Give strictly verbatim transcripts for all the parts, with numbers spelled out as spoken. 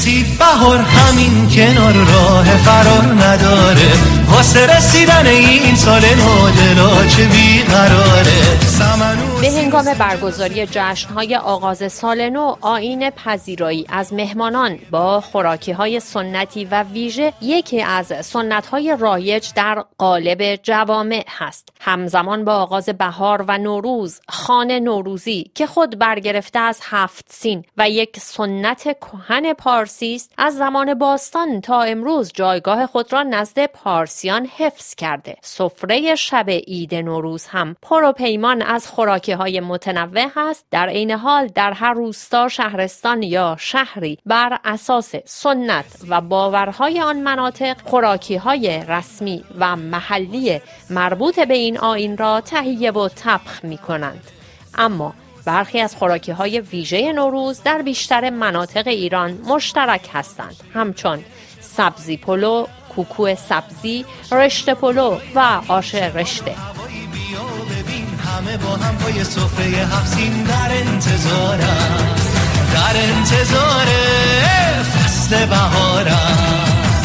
رسید بهار همین کنار راه فرار نداره، واسه رسیدن این سال نو دلا چه بیقراره. به هنگام برگزاری جشن‌های آغاز سال نو، آیین پذیرایی از مهمانان با خوراکی‌های سنتی و ویژه یکی از سنت‌های رایج در قالب جوامع هست. همزمان با آغاز بهار و نوروز، خوان نوروزی که خود برگرفته از هفت سین و یک سنت کهن پارسی است، از زمان باستان تا امروز جایگاه خود را نزد پارسیان حفظ کرده. سفره شب عید نوروز هم پر و پیمان از خوراکی‌های متنوع هست. در عین حال در هر روستا، شهرستان یا شهری بر اساس سنت و باورهای آن مناطق خوراکی‌های رسمی و محلی مربوط به این آیین را تهیه و طبخ می‌کنند. اما برخی از خوراکی‌های ویژه نوروز در بیشتر مناطق ایران مشترک هستند، همچون سبزی پلو، کوکو سبزی، رشته پلو و آش رشته. همه با هم پای سفره هفت‌سین در انتظارم، در انتظار فصل بهارم.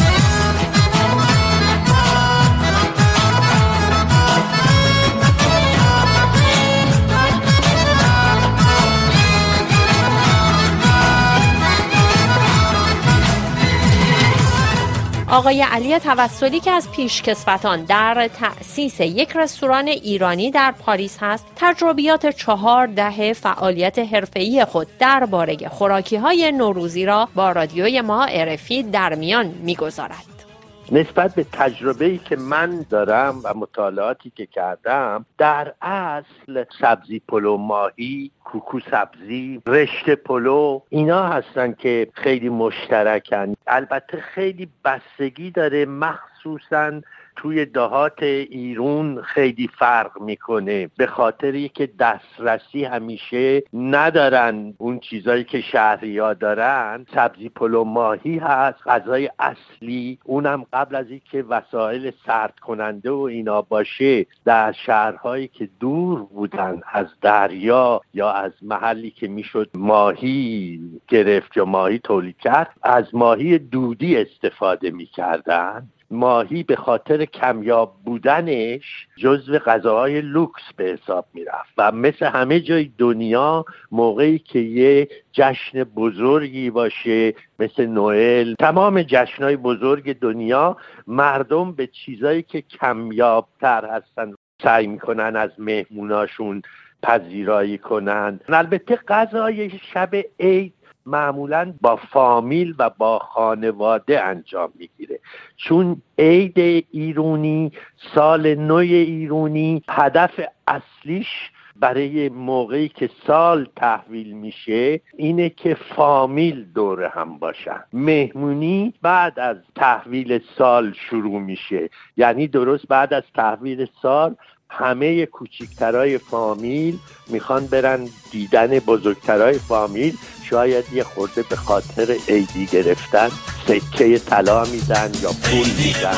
آقای علی توسلی که از پیشکسوتان در تأسیس یک رستوران ایرانی در پاریس هست، تجربیات چهار دهه فعالیت حرفه‌ای خود درباره خوراکی‌های نوروزی را با رادیوی ما ارفی در میان می‌گذارد. نسبت به تجربه‌ای که من دارم و مطالعاتی که کردم، در اصل سبزی پلو ماهی، کوکو سبزی، رشته پلو، اینا هستن که خیلی مشترکن. البته خیلی بستگی داره، مخصوصاً توی دهات ایران خیلی فرق میکنه، به خاطری که دسترسی همیشه ندارن اون چیزایی که شهریا دارن. سبزی پلو ماهی هست، غذای اصلی، اونم قبل از اینکه وسایل سرد کننده و اینا باشه، در شهرهایی که دور بودن از دریا یا از محلی که میشد ماهی گرفت یا ماهی تولید کرد، از ماهی دودی استفاده میکردن. ماهی به خاطر کمیاب بودنش جزو غذاهای لوکس به حساب میرفت و مثل همه جای دنیا موقعی که یه جشن بزرگی باشه مثل نوئل، تمام جشنهای بزرگ دنیا، مردم به چیزایی که کمیابتر هستن سعی میکنن از مهموناشون پذیرایی کنن. البته غذای شب عید معمولاً با فامیل و با خانواده انجام میگیره، چون عید ایرانی، سال نو ایرانی، هدف اصلیش برای موقعی که سال تحویل میشه اینه که فامیل دور هم باشن. مهمونی بعد از تحویل سال شروع میشه، یعنی درست بعد از تحویل سال همه کوچیکترهای فامیل میخوان برن دیدن بزرگترهای فامیل. شاید یه خورده به خاطر عیدی گرفتن سکه طلا میدن یا پول میدن.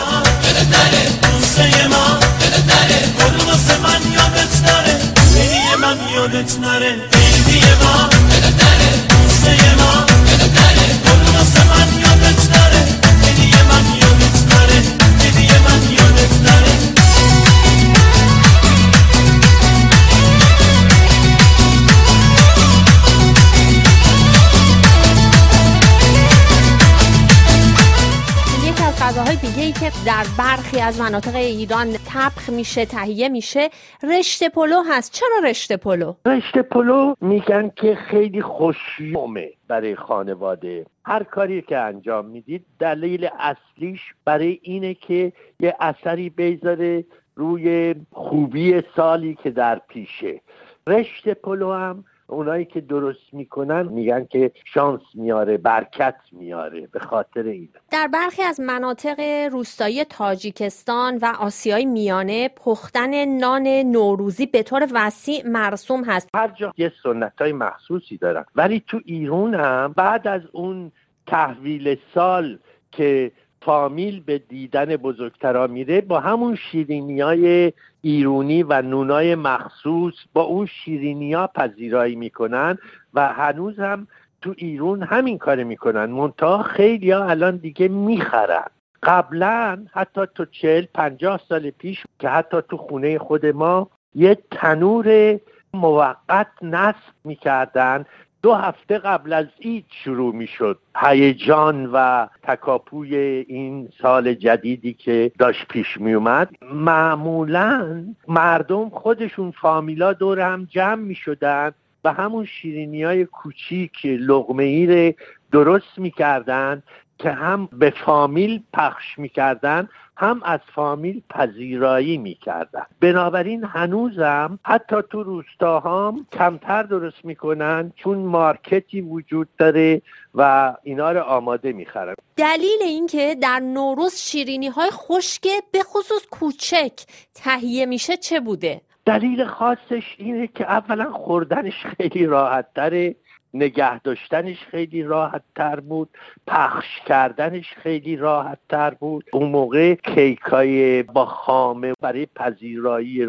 غذاهای دیگه‌ای که در برخی از مناطق ایران طبخ میشه، تهیه میشه، رشته پلو هست. چرا رشته پلو؟ رشته پلو میگن که خیلی خوشیومه برای خانواده. هر کاری که انجام میدید دلیل اصلیش برای اینه که یه اثری بذاره روی خوبی سالی که در پیشه. رشته پلو هم اونایی که درست میکنن میگن که شانس میاره، برکت میاره، به خاطر این. در برخی از مناطق روستایی تاجیکستان و آسیای میانه پختن نان نوروزی به طور وسیع مرسوم هست. هر جا یه سنتای مخصوصی دارن، ولی تو ایران هم بعد از اون تحویل سال که فامیل به دیدن بزرگترا میره، با همون شیرینیای ایرانی و نونای مخصوص با اون شیرینیا پذیرایی میکنن و هنوز هم تو ایران همین کار میکنن، منتها خیلی ها الان دیگه میخرن. قبلا حتی تو چهل پنجاه سال پیش که حتی تو خونه خود ما یه تنور موقت نصب میکردن، دو هفته قبل از عید شروع میشد هیجان و تکاپوی این سال جدیدی که داشت پیش میومد. معمولا مردم خودشون فامیلا دور هم جمع میشدن و همون شیرینی های کوچیک لقمه ای رو درست میکردن که هم به فامیل پخش میکردن هم از فامیل پذیرایی میکردن. بنابراین هنوزم حتی تو روستاهام کمتر درست میکنن چون مارکتی وجود داره و اینا رو آماده میخرن. دلیل این که در نوروز شیرینی های خشک به خصوص کوچک تهیه میشه چه بوده؟ دلیل خاصش اینه که اولا خوردنش خیلی راحت تره، نگه داشتنش خیلی راحت تر بود، پخش کردنش خیلی راحت تر بود. اون موقع کیکای با خامه برای پذیرایی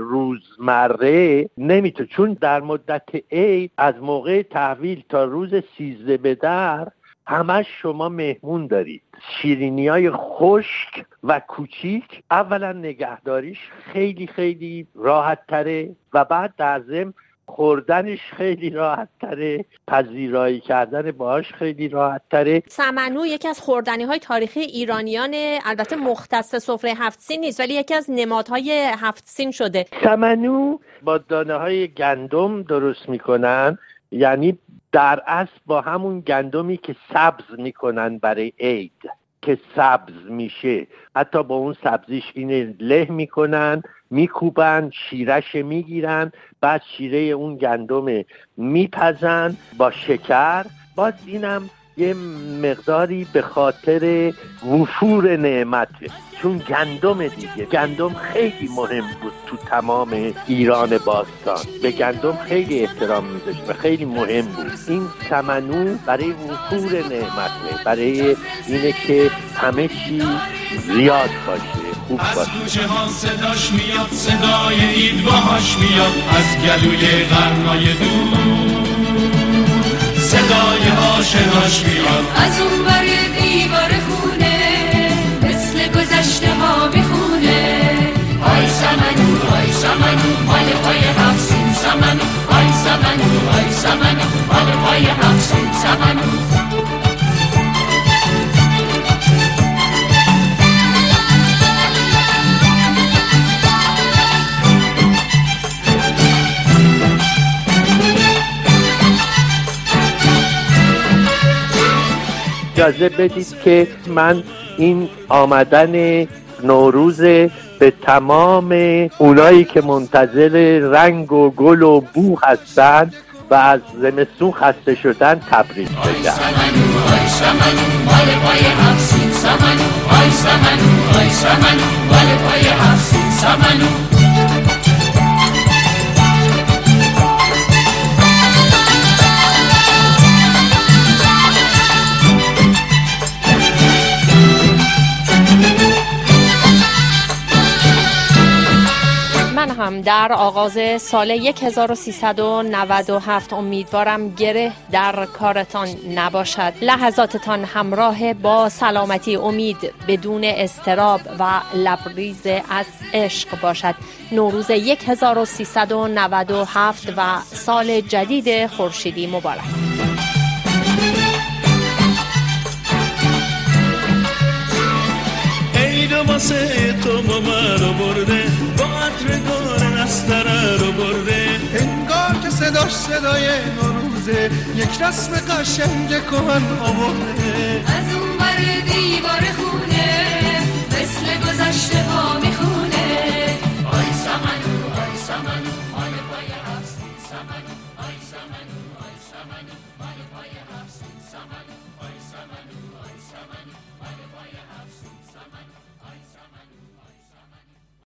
روزمره نمیتونه، چون در مدت عید از موقع تحویل تا روز سیزده به در همش شما مهمون دارید. شیرینی های خشک و کوچیک اولا نگهداریش خیلی خیلی راحت تره و بعد در ضمن خوردنش خیلی راحت تره، پذیرایی کردن باهاش خیلی راحت تره. سمنو یکی از خوردنی های تاریخی ایرانیان، البته مختص سفره هفت سین نیست ولی یکی از نمادهای هفت سین شده. سمنو با دانه های گندم درست میکنن، یعنی در اصل با همون گندمی که سبز میکنن برای عید که سبز میشه، حتی با اون سبزیش اینه له میکنن، میکوبن، شیرش میگیرن، بعد شیره اون گندم میپزن با شکر. باز اینم یه مقداری به خاطر وفور نعمته، چون گندم دیگه، گندم خیلی مهم بود تو تمام ایران باستان، به گندم خیلی احترام میذاشت و خیلی مهم بود. این سمنو برای وفور نعمته، برای اینه که همه چی زیاد باشه، خوب باشه. از گوشه ها صداش میاد، صدای عید باهاش میاد، از گلوی غرنای دور صدای آشناش میاد، از اون بر دیوار خونه مثل گذشته ها میخونه. آی سمنو آی سمنو مال پای هفسین سمنو، آی سمنو آی سمنو مال پای هفسین سمنو. اجازه بدید که من این آمدن نوروز به تمام اونایی که منتظر رنگ و گل و بو هستن و از زمستون خسته شدن تبریک بگم. آی سمنو آی سمنو مال پای هفسین سمنو، آی سمنو آی سمنو مال پای هفسین سمنو. من هم در آغاز سال هزار و سیصد و نود و هفت امیدوارم گره در کارتان نباشد، لحظاتتان همراه با سلامتی، امید بدون اضطراب و لبریز از عشق باشد. نوروز هزار و سیصد و نود و هفت و سال جدید خورشیدی مبارک. عید واسه تو ماما رو برده، با عطر گل نستره رو برده، انگار که صداش صدای نوروزه، یک رسم قشنگ کهن آورده. از اون بر دیوار خونه مثل گذشته ها میخونه. آی سمنو آی سمنو مال پای هفسین سمنو، آی سمنو آی سمنو مال پای هفسین سمنو، آی سمنو آی سمنو مال پای هفسین سمنو، آی سمنو.